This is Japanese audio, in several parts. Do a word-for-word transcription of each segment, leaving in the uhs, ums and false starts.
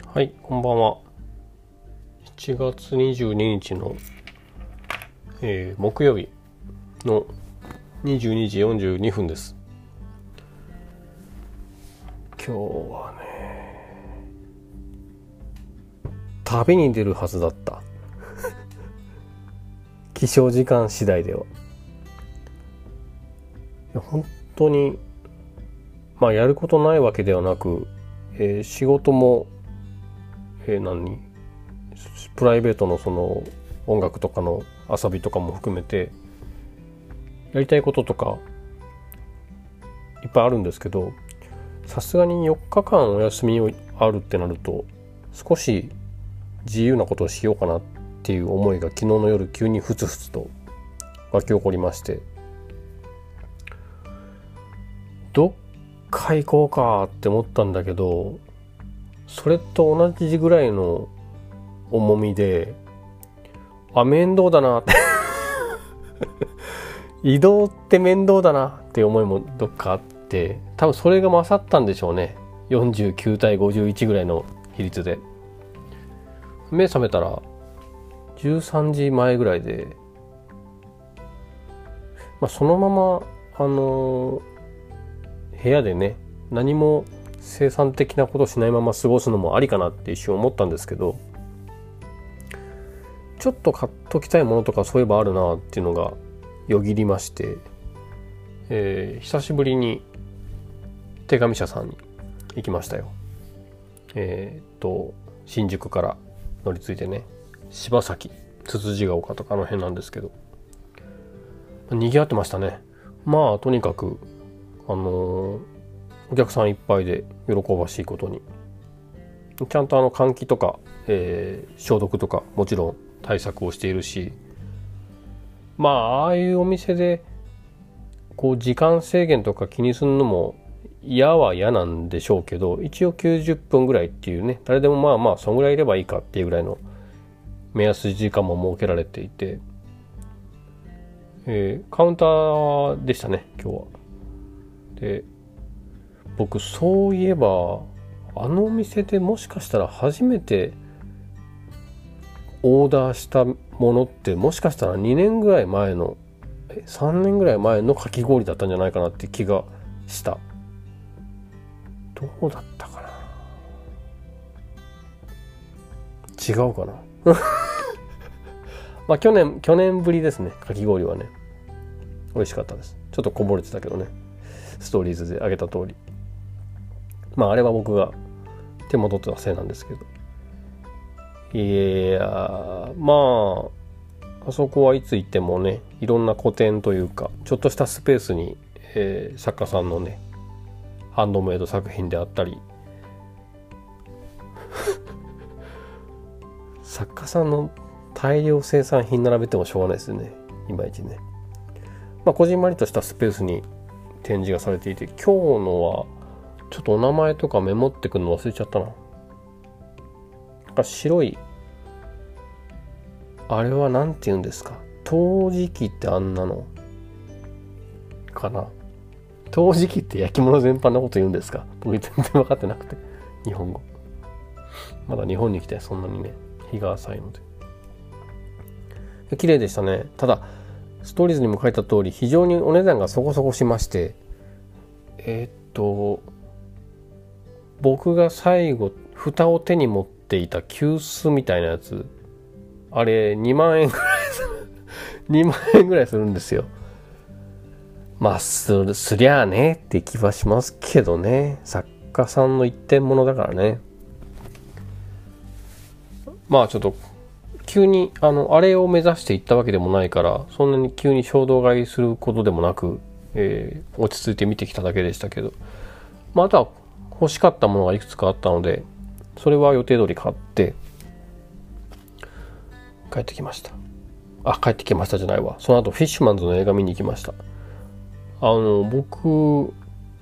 はい、こんばんは。しちがつにじゅうににちの、えー、木曜日のにじゅうにじよんじゅうにふんです。今日はね、旅に出るはずだった。起床時間次第では。いや本当に、まあやることないわけではなく、えー、仕事もえー、何プライベートのその音楽とかの遊びとかも含めてやりたいこととかいっぱいあるんですけど、さすがによっかかんお休みあるってなると少し自由なことをしようかなっていう思いが昨日の夜急にふつふつと湧き起こりまして、どっか行こうかって思ったんだけど、それと同じぐらいの重みで、あ、面倒だなって移動って面倒だなって思いもどっかあって、多分それが勝ったんでしょうね。よんじゅうきゅうたいごじゅういちぐらいの比率で。目覚めたらじゅうさんじまえぐらいで、まあ、そのままあのー、部屋でね、何も生産的なことしないまま過ごすのもありかなって一瞬思ったんですけど、ちょっと買っときたいものとかそういえばあるなっていうのがよぎりまして、えー、久しぶりに手紙社さんに行きましたよ。えー、っと新宿から乗り継いでね、柴崎、つつじが丘とかあの辺なんですけど、賑わってましたね。まあとにかくあのーお客さんいっぱいで喜ばしいことに、ちゃんとあの換気とか、えー、消毒とかもちろん対策をしているし、まあああいうお店でこう時間制限とか気にするのも嫌は嫌なんでしょうけど、一応きゅうじゅっぷんぐらいっていうね、誰でもまあまあそんぐらいいればいいかっていうぐらいの目安時間も設けられていて、えー、カウンターでしたね今日は。で、僕そういえばあのお店でもしかしたら初めてオーダーしたものってもしかしたらにねんぐらい前のさんねんぐらい前のかき氷だったんじゃないかなって気がした。どうだったかな、違うかなまあ去年去年ぶりですね。かき氷はね美味しかったです。ちょっとこぼれてたけどね、ストーリーズで上げた通り。まああれは僕が手元ってたせいなんですけど、いやまああそこはいつ行ってもね、いろんな個展というかちょっとしたスペースに、えー、作家さんのねハンドメイド作品であったり作家さんの大量生産品並べてもしょうがないですよね、いまいちね。まあこじんまりとしたスペースに展示がされていて、今日のはちょっとお名前とかメモってくるの忘れちゃったな。なんか白い、あれはなんて言うんですか、陶磁器ってあんなのかな。陶磁器って焼き物全般のこと言うんですか。僕全然分かってなくて、日本語まだ日本に来てそんなにね日が浅いので。綺麗でしたね。ただストーリーズにも書いた通り非常にお値段がそこそこしまして、えー、っと僕が最後蓋を手に持っていた急須みたいなやつ、あれにまんえんぐらいするにまんえんぐらいするんですよ。まあす、すりゃあねって気はしますけどね、作家さんの一点物だからね。まあちょっと急にあのあれを目指していったわけでもないから、そんなに急に衝動買いすることでもなく、えー、落ち着いて見てきただけでしたけど、まあ、あとは欲しかったものがいくつかあったので、それは予定通り買って帰ってきました。あ、帰ってきましたじゃないわ。その後フィッシュマンズの映画見に行きました。あの僕、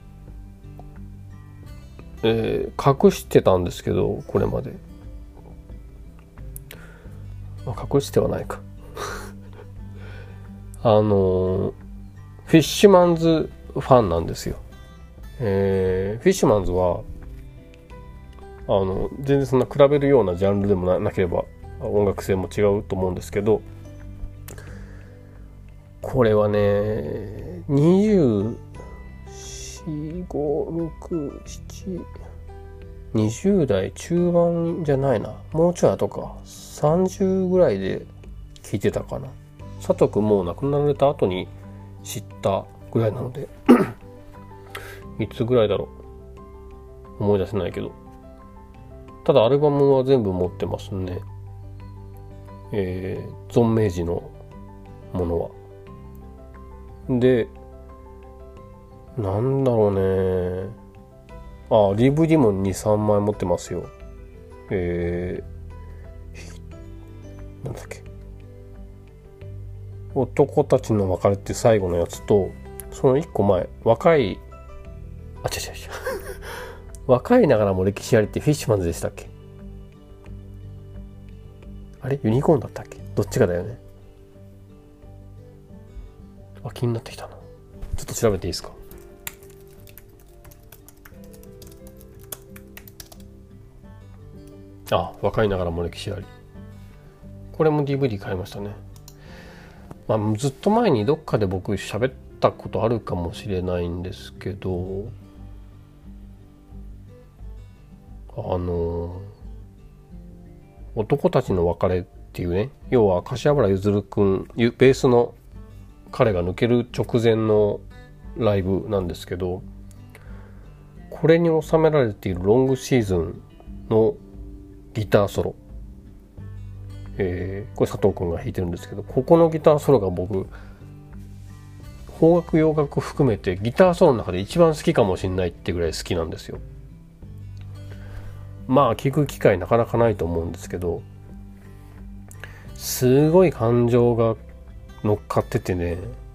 えー、隠してたんですけど、これまで、まあ、隠してはないかあのフィッシュマンズファンなんですよ。えー、フィッシュマンズはあの全然そんな比べるようなジャンルでも な, なければ音楽性も違うと思うんですけど、これはねにじゅうよん、ご、ろく、なな、にじゅう代中盤じゃないな、もうちょい後か、さんじゅうぐらいで聴いてたかな。佐藤くんもう亡くなられた後に知ったぐらいなのでいつぐらいだろう、思い出せないけど、ただアルバムは全部持ってますね。えー、存命時のものは。で、なんだろうね。あ、ディーブイディー もに、さんまい持ってますよ。えー、なんだっけ。男たちの別れって最後のやつと、そのいっこまえ、若い、あ、違う違う違う。若いながらも歴史ありってフィッシュマンズでしたっけ？あれユニコーンだったっけ？どっちかだよね。あ、気になってきたな。ちょっと調べていいですか？あ、若いながらも歴史あり。これも ディーブイディー 買いましたね。まあ、ずっと前にどっかで僕喋ったことあるかもしれないんですけど、あの男たちの別れっていうね、要は柏原ゆずるくん、ベースの彼が抜ける直前のライブなんですけど、これに収められているロングシーズンのギターソロ、えー、これ佐藤くんが弾いてるんですけど、ここのギターソロが僕邦楽洋楽含めてギターソロの中で一番好きかもしれないってぐらい好きなんですよ。まあ聴く機会なかなかないと思うんですけど、すごい感情が乗っかっててね、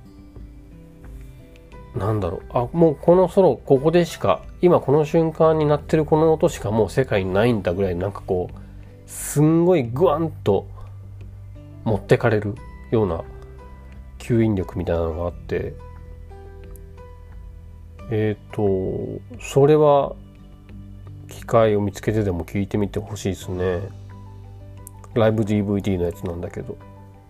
なんだろう、あ、もうこのソロここでしか、今この瞬間になってるこの音しかもう世界にないんだぐらい、なんかこうすんごいグワンと持ってかれるような吸引力みたいなのがあって、えっとそれは機会を見つけてでも聞いてみてほしいですね。ライブ ディーブイディー のやつなんだけど。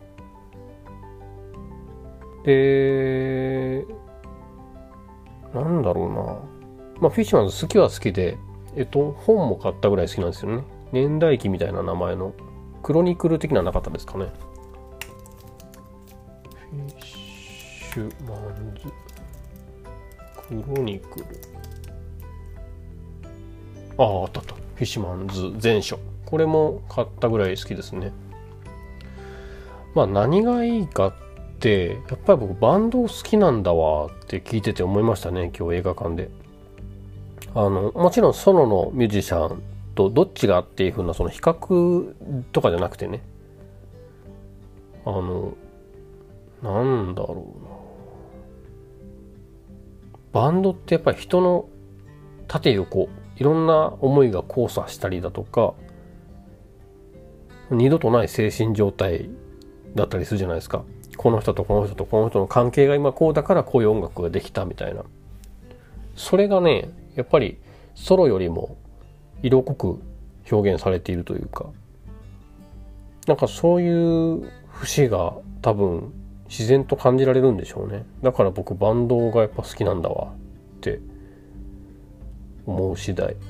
で、なんだろうな。まあフィッシュマンズ好きは好きで、えっと本も買ったぐらい好きなんですよね。年代記みたいな名前のクロニクル的ななかったですかね。フィッシュマンズクロニクル。ああ、あったあった。フィッシュマンズ全書。これも買ったぐらい好きですね。まあ何がいいかって、やっぱり僕バンド好きなんだわって聞いてて思いましたね、今日映画館で。あの、もちろんソロのミュージシャンとどっちがっていう風なその比較とかじゃなくてね。あの、なんだろうな。バンドってやっぱり人の縦横、いろんな思いが交差したりだとか、二度とない精神状態だったりするじゃないですか。この人とこの人とこの人の関係が今こうだからこういう音楽ができたみたいな。それがね、やっぱりソロよりも色濃く表現されているというか、なんかそういう節が多分自然と感じられるんでしょうね。だから僕バンドがやっぱ好きなんだわって思う次第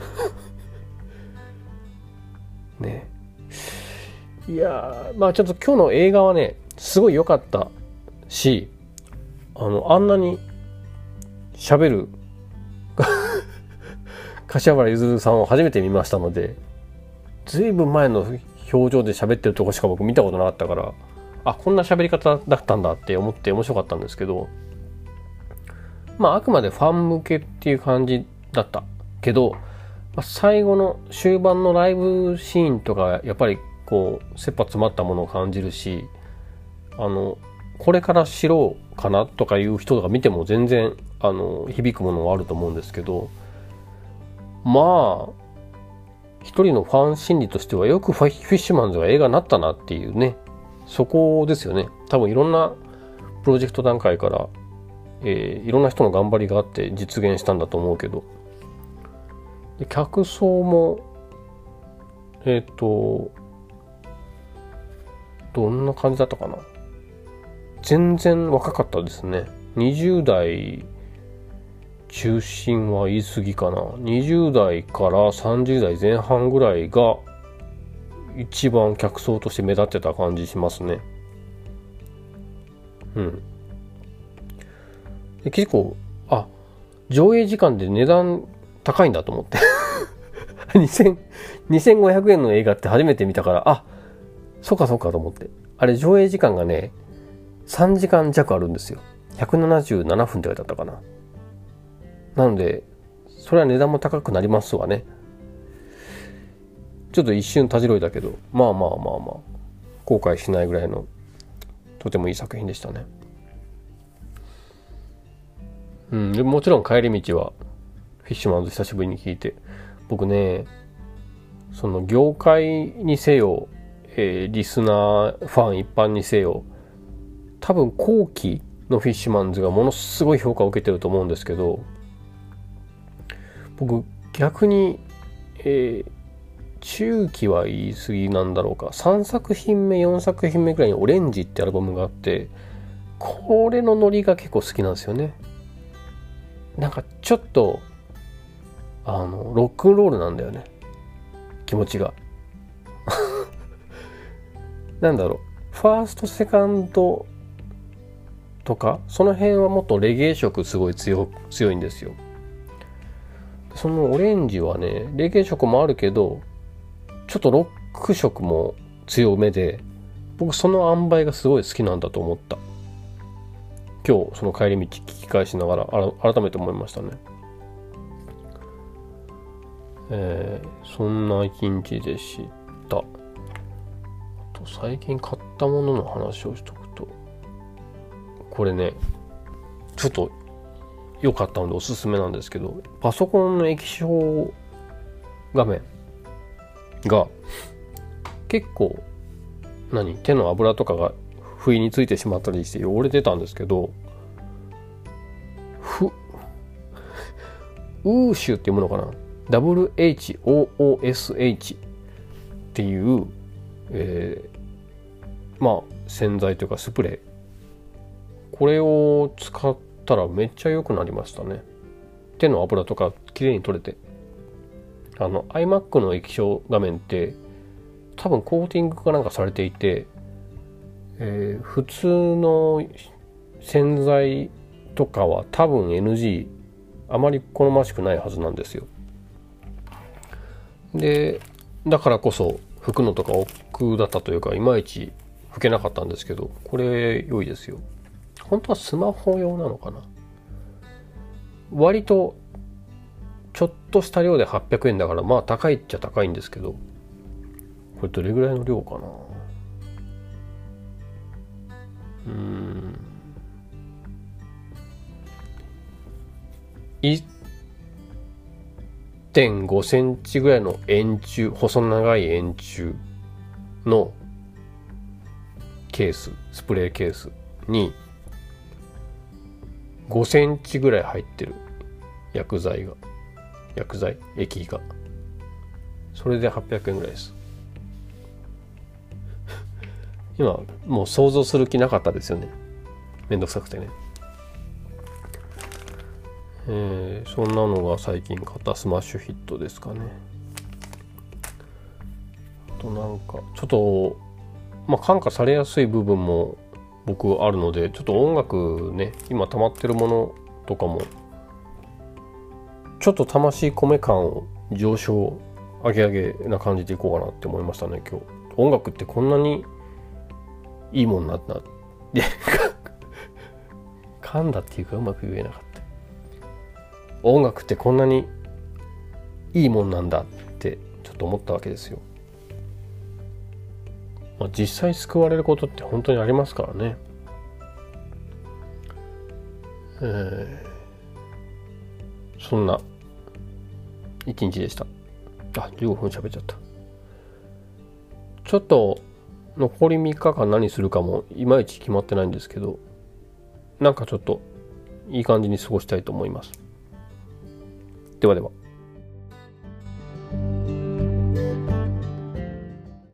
ね。いやまあちょっと今日の映画はねすごい良かったし、あのあんなに喋る柏原ゆずるさんを初めて見ましたので、ずいぶん前の表情で喋ってるとこしか僕見たことなかったから、あ、こんな喋り方だったんだって思って面白かったんですけど、まああくまでファン向けっていう感じだったけど、最後の終盤のライブシーンとかやっぱりこう切羽詰まったものを感じるし、あのこれから知ろうかなとかいう人が見ても全然あの響くものはあると思うんですけど、まあ一人のファン心理としてはよくフィッシュマンズが映画になったなっていうね、そこですよね。多分いろんなプロジェクト段階から、えー、いろんな人の頑張りがあって実現したんだと思うけど、 で客層もえっとどんな感じだったかな。全然若かったですね。にじゅう代中心は言い過ぎかな。にじゅう代からさんじゅう代前半ぐらいが一番客層として目立ってた感じしますね。うん。で結構、あ、上映時間で値段高いんだと思って。にせん、にせんごひゃくえんの映画って初めて見たから、あ、そうかそうかと思って。あれ上映時間がね、さんじかん弱あるんですよ。ひゃくななじゅうななふんって書いてあったかな。なので、それは値段も高くなりますわね。ちょっと一瞬たじろいだけど、まあまあまあまあ、後悔しないぐらいの、とてもいい作品でしたね。うん、でもちろん帰り道は、フィッシュマンズ久しぶりに聞いて、僕ね、その業界にせよ、えー、リスナー、ファン一般にせよ、多分後期のフィッシュマンズがものすごい評価を受けてると思うんですけど、僕逆に、えー、中期は言い過ぎなんだろうか、さんさく品目よんさく品目ぐらいにオレンジってアルバムがあって、これのノリが結構好きなんですよね。なんかちょっとあのロックンロールなんだよね、気持ちが。なんだろう、ファーストセカンドとかその辺はもっとレゲエ色すごい 強, 強いんですよ。そのオレンジはね、レゲエ色もあるけどちょっとロック色も強めで、僕その塩梅がすごい好きなんだと思った。今日その帰り道聞き返しながら改めて思いましたね。えー、そんな一日でした。あと最近買ったものの話をしとくと、これねちょっと良かったのでおすすめなんですけど、パソコンの液晶画面が結構何手の油とかが不意についてしまったりして汚れてたんですけど、ふウーシュっていうものかな、 ダブリューエイチオーオーエスエイチ っていう、えー、まあ洗剤というかスプレー、これを使ったらめっちゃ良くなりましたね。手の油とか綺麗に取れて、あの iMac の液晶画面って多分コーティングかなんかされていて、えー、普通の洗剤とかは多分 エヌジー あまり好ましくないはずなんですよ。でだからこそ拭くのとか億劫だったというか、いまいち拭けなかったんですけど、これ良いですよ。本当はスマホ用なのかな。割とちょっとした量ではっぴゃくえんだから、まあ高いっちゃ高いんですけど、これどれぐらいの量かな。うーん いってんごセンチぐらいの円柱、細長い円柱のケース、スプレーケースにごセンチぐらい入ってる薬剤が、薬剤液が、それではっぴゃくえんぐらいです。今もう想像する気なかったですよね、めんどくさくてね。えー、そんなのが最近買ったスマッシュヒットですかね。あとなんかちょっとまあ感化されやすい部分も僕あるので、ちょっと音楽ね、今溜まってるものとかもちょっと魂込め感を上昇上げ上げな感じでいこうかなって思いましたね。今日音楽ってこんなにいいもんなったで噛んだっていうかうまく言えなかった。音楽ってこんなにいいもんなんだってちょっと思ったわけですよ。まあ、実際救われることって本当にありますからね。えー、そんな一日でした。あ、じゅうごふん喋っちゃった。ちょっと残りみっかかん何するかもいまいち決まってないんですけど、なんかちょっといい感じに過ごしたいと思います。ではでは。